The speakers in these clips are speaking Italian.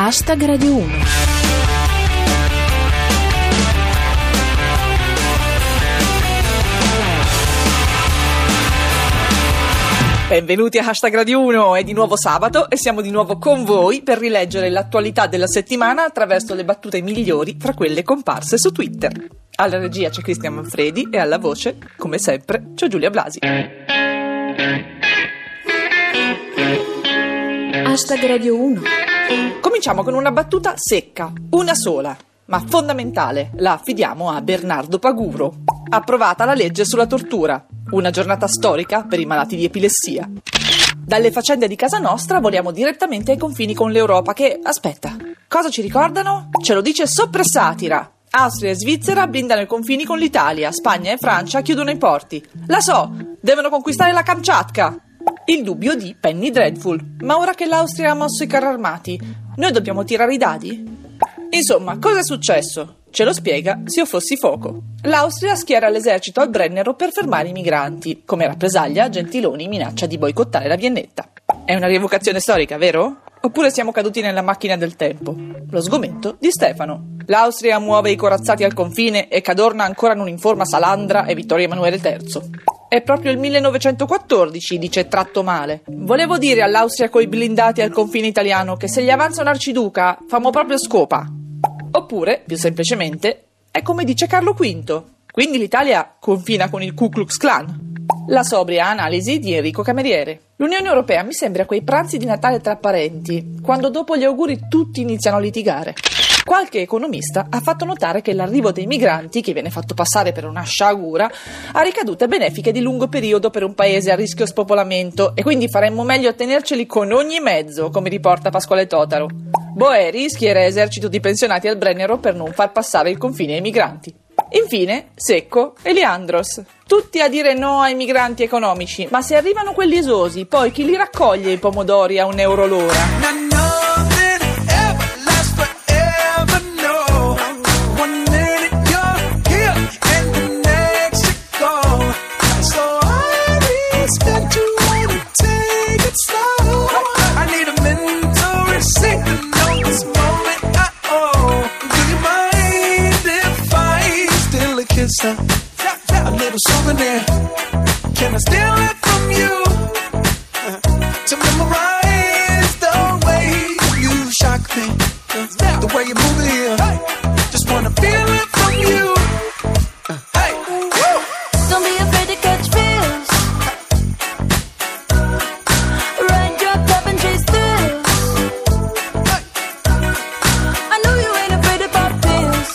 Radio 1. Benvenuti a Radio 1, è di nuovo sabato e siamo di nuovo con voi per rileggere l'attualità della settimana attraverso le battute migliori tra quelle comparse su Twitter. Alla regia c'è Cristian Manfredi e alla voce, come sempre, c'è Giulia Blasi. Radio 1. Cominciamo con una battuta secca, una sola, ma fondamentale. La affidiamo a Bernardo Paguro. Approvata la legge sulla tortura. Una giornata storica per i malati di epilessia. Dalle faccende di casa nostra voliamo direttamente ai confini con l'Europa che, aspetta, cosa ci ricordano? Ce lo dice Soppressatira. Austria e Svizzera blindano i confini con l'Italia, Spagna e Francia chiudono i porti. La so, devono conquistare la Kamchatka. Il dubbio di Penny Dreadful. Ma ora che l'Austria ha mosso i carri armati, noi dobbiamo tirare i dadi? Insomma, cosa è successo? Ce lo spiega Se io fossi fuoco. L'Austria schiera l'esercito al Brennero per fermare i migranti. Come rappresaglia, Gentiloni minaccia di boicottare la Viennetta. È una rievocazione storica, vero? Oppure siamo caduti nella macchina del tempo? Lo sgomento di Stefano. L'Austria muove i corazzati al confine e Cadorna ancora non informa Salandra e Vittorio Emanuele III. È proprio il 1914, dice Tratto Male. Volevo dire all'Austria coi blindati al confine italiano che se gli avanza un arciduca, famo proprio scopa. Oppure, più semplicemente, è come dice Carlo V. Quindi l'Italia confina con il Ku Klux Klan. La sobria analisi di Enrico Cameriere. L'Unione Europea mi sembra quei pranzi di Natale tra parenti, quando dopo gli auguri tutti iniziano a litigare. Qualche economista ha fatto notare che l'arrivo dei migranti, che viene fatto passare per una sciagura, ha ricadute benefiche di lungo periodo per un paese a rischio spopolamento e quindi faremmo meglio a tenerceli con ogni mezzo, come riporta Pasquale Totaro. Boeri schiera esercito di pensionati al Brennero per non far passare il confine ai migranti. Infine, Secco e Leandros. Tutti a dire no ai migranti economici, ma se arrivano quelli esosi, poi chi li raccoglie i pomodori a €1 l'ora? A little souvenir. Can I steal it from you? To memorize the way you shock me, the way you move it here. Just wanna feel it from you. Hey, woo! Don't be afraid to catch feels. Ride your cup and chase thrills. I know you ain't afraid of pop pills.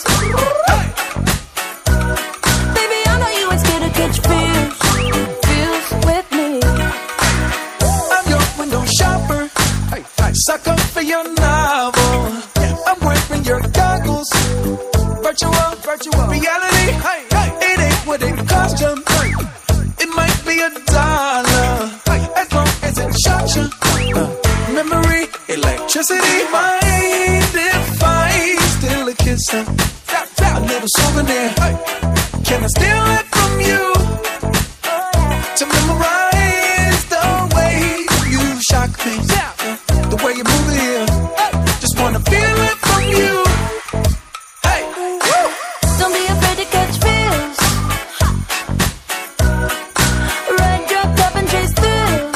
Baby, I know you ain't scared to catch feels. Feels with me. I'm your window shopper. Sucker for your novel. I'm wearing your goggles. Virtual reality. It ain't what it cost you. It might be $1 as long as it shocks you. Memory, electricity. Mind if I steal a kiss? A little souvenir. Can I steal it from you? To memorize the way you shock me, the way you move it here. Just wanna feel it from you. Hey, woo! Don't be afraid to catch feels. Ride your cup and chase thrills.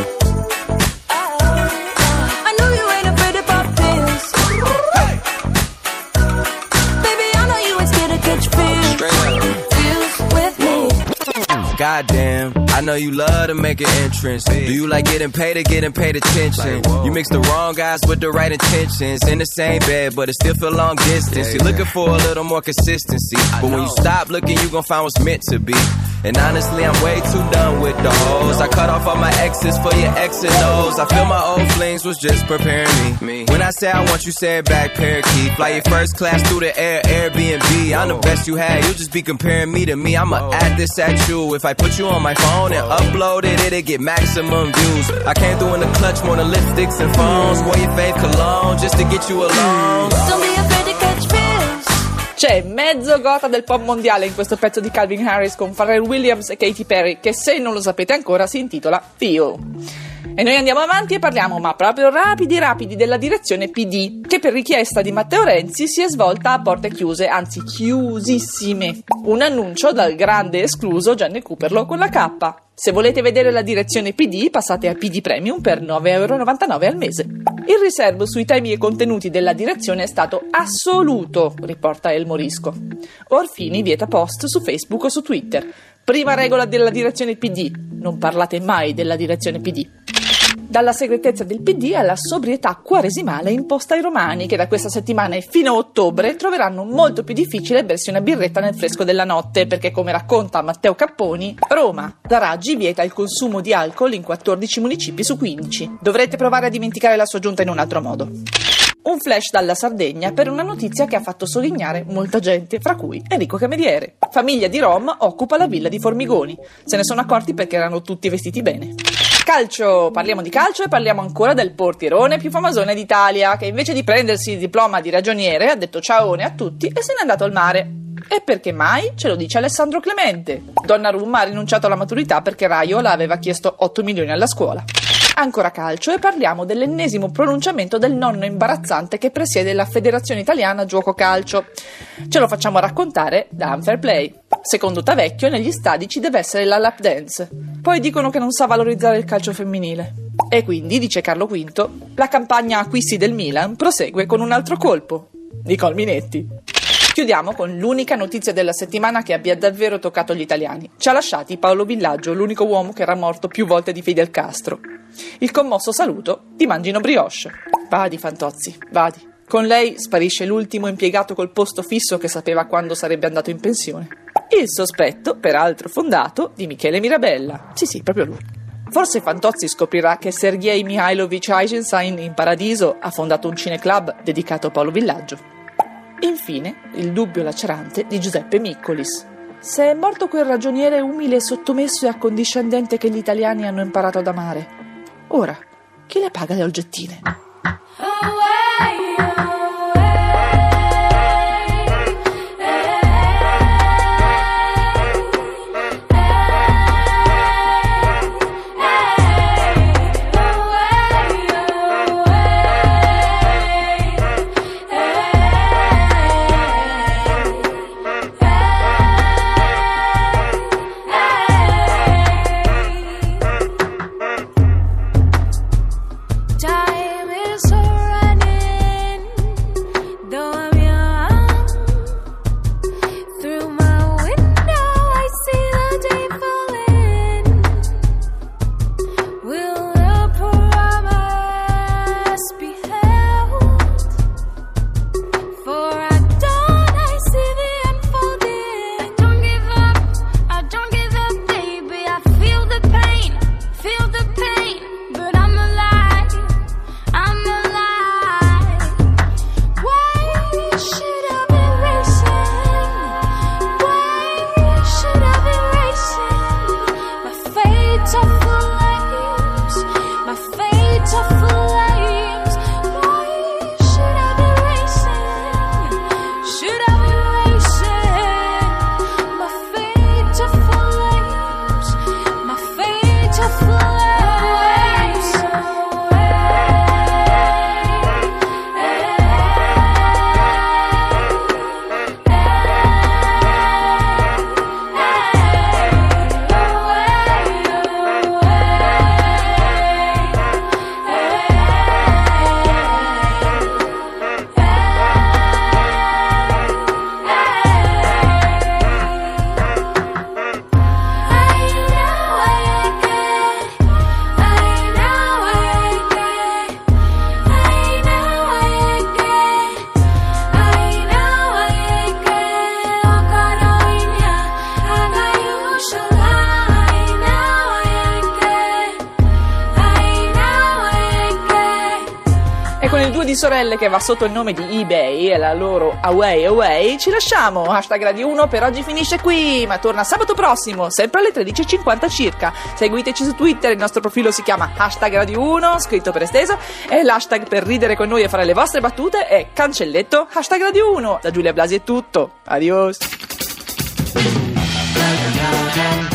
I know you ain't afraid of pop pills. Hey, Baby, I know you ain't scared to catch feels. Feels with me. Goddamn, I know you love to make an entrance. Do you like getting paid or getting paid attention? You mix the wrong guys with the right intentions. In the same bed, but it still feel long distance. You're looking for a little more consistency, but when you stop looking, you gon' find what's meant to be. And honestly, I'm way too done with the hoes. I cut off all my exes for your X and O's. I feel my old flings was just preparing me. When I say I want you, say it back, parakeet. Fly your first class through the air, Airbnb. I'm the best you had, you'll just be comparing me to me. I'ma add this at you. If I put you on my phone and upload it, it'll get maximum views. I came through in the clutch more than lipsticks and phones. Wore your fave cologne just to get you alone. Don't be afraid to catch feels. C'è mezzo gota del pop mondiale in questo pezzo di Calvin Harris con Pharrell Williams e Katy Perry, che se non lo sapete ancora si intitola Feel. E noi andiamo avanti e parliamo, ma proprio rapidi, della direzione PD, che per richiesta di Matteo Renzi si è svolta a porte chiuse, anzi chiusissime. Un annuncio dal grande escluso Gianni Cooperlo con la K. Se volete vedere la direzione PD, passate a PD Premium per €9,99 al mese. Il riservo sui temi e contenuti della direzione è stato assoluto, riporta El Morisco. Orfini vieta post su Facebook o su Twitter. Prima regola della direzione PD: non parlate mai della direzione PD. Dalla segretezza del PD alla sobrietà quaresimale imposta ai romani, che da questa settimana e fino a ottobre troveranno molto più difficile bersi una birretta nel fresco della notte, perché, come racconta Matteo Capponi, Roma da Raggi vieta il consumo di alcol in 14 municipi su 15. Dovrete provare a dimenticare la sua giunta in un altro modo. Un flash dalla Sardegna per una notizia che ha fatto sogghignare molta gente, fra cui Enrico Cameriere. Famiglia di Rom occupa la villa di Formigoni. Se ne sono accorti perché erano tutti vestiti bene. Calcio, parliamo di calcio e parliamo ancora del portierone più famosone d'Italia, che invece di prendersi il diploma di ragioniere ha detto ciaone a tutti e se n'è andato al mare. E perché mai? Ce lo dice Alessandro Clemente. Donnarumma ha rinunciato alla maturità perché Raiola aveva chiesto 8 milioni alla scuola. Ancora calcio e parliamo dell'ennesimo pronunciamento del nonno imbarazzante che presiede la Federazione Italiana Giuoco Calcio. Ce lo facciamo raccontare da Unfair Play. Secondo Tavecchio negli stadi ci deve essere la lap dance. Poi dicono che non sa valorizzare il calcio femminile. E quindi, dice Carlo V, la campagna acquisti del Milan prosegue con un altro colpo. Nicole Minetti. Chiudiamo con l'unica notizia della settimana che abbia davvero toccato gli italiani. Ci ha lasciati Paolo Villaggio, l'unico uomo che era morto più volte di Fidel Castro. Il commosso saluto di Mangino Brioche. Vadi Fantozzi, vadi. Con lei sparisce l'ultimo impiegato col posto fisso che sapeva quando sarebbe andato in pensione. Il sospetto, peraltro fondato, di Michele Mirabella. Sì, proprio lui. Forse Fantozzi scoprirà che Sergei Mihailovich Eisenstein in Paradiso ha fondato un cineclub dedicato a Paolo Villaggio. Infine, il dubbio lacerante di Giuseppe Miccolis. Se è morto quel ragioniere umile, sottomesso e accondiscendente che gli italiani hanno imparato ad amare, ora chi le paga le olgettine? Con il duo di sorelle che va sotto il nome di eBay e la loro Away, ci lasciamo. Hashtag Radio 1 per oggi finisce qui, ma torna sabato prossimo, sempre alle 13:50 circa. Seguiteci su Twitter, il nostro profilo si chiama Hashtag Radio 1, scritto per esteso, e l'hashtag per ridere con noi e fare le vostre battute è cancelletto Hashtag Radio 1. Da Giulia Blasi è tutto, adios.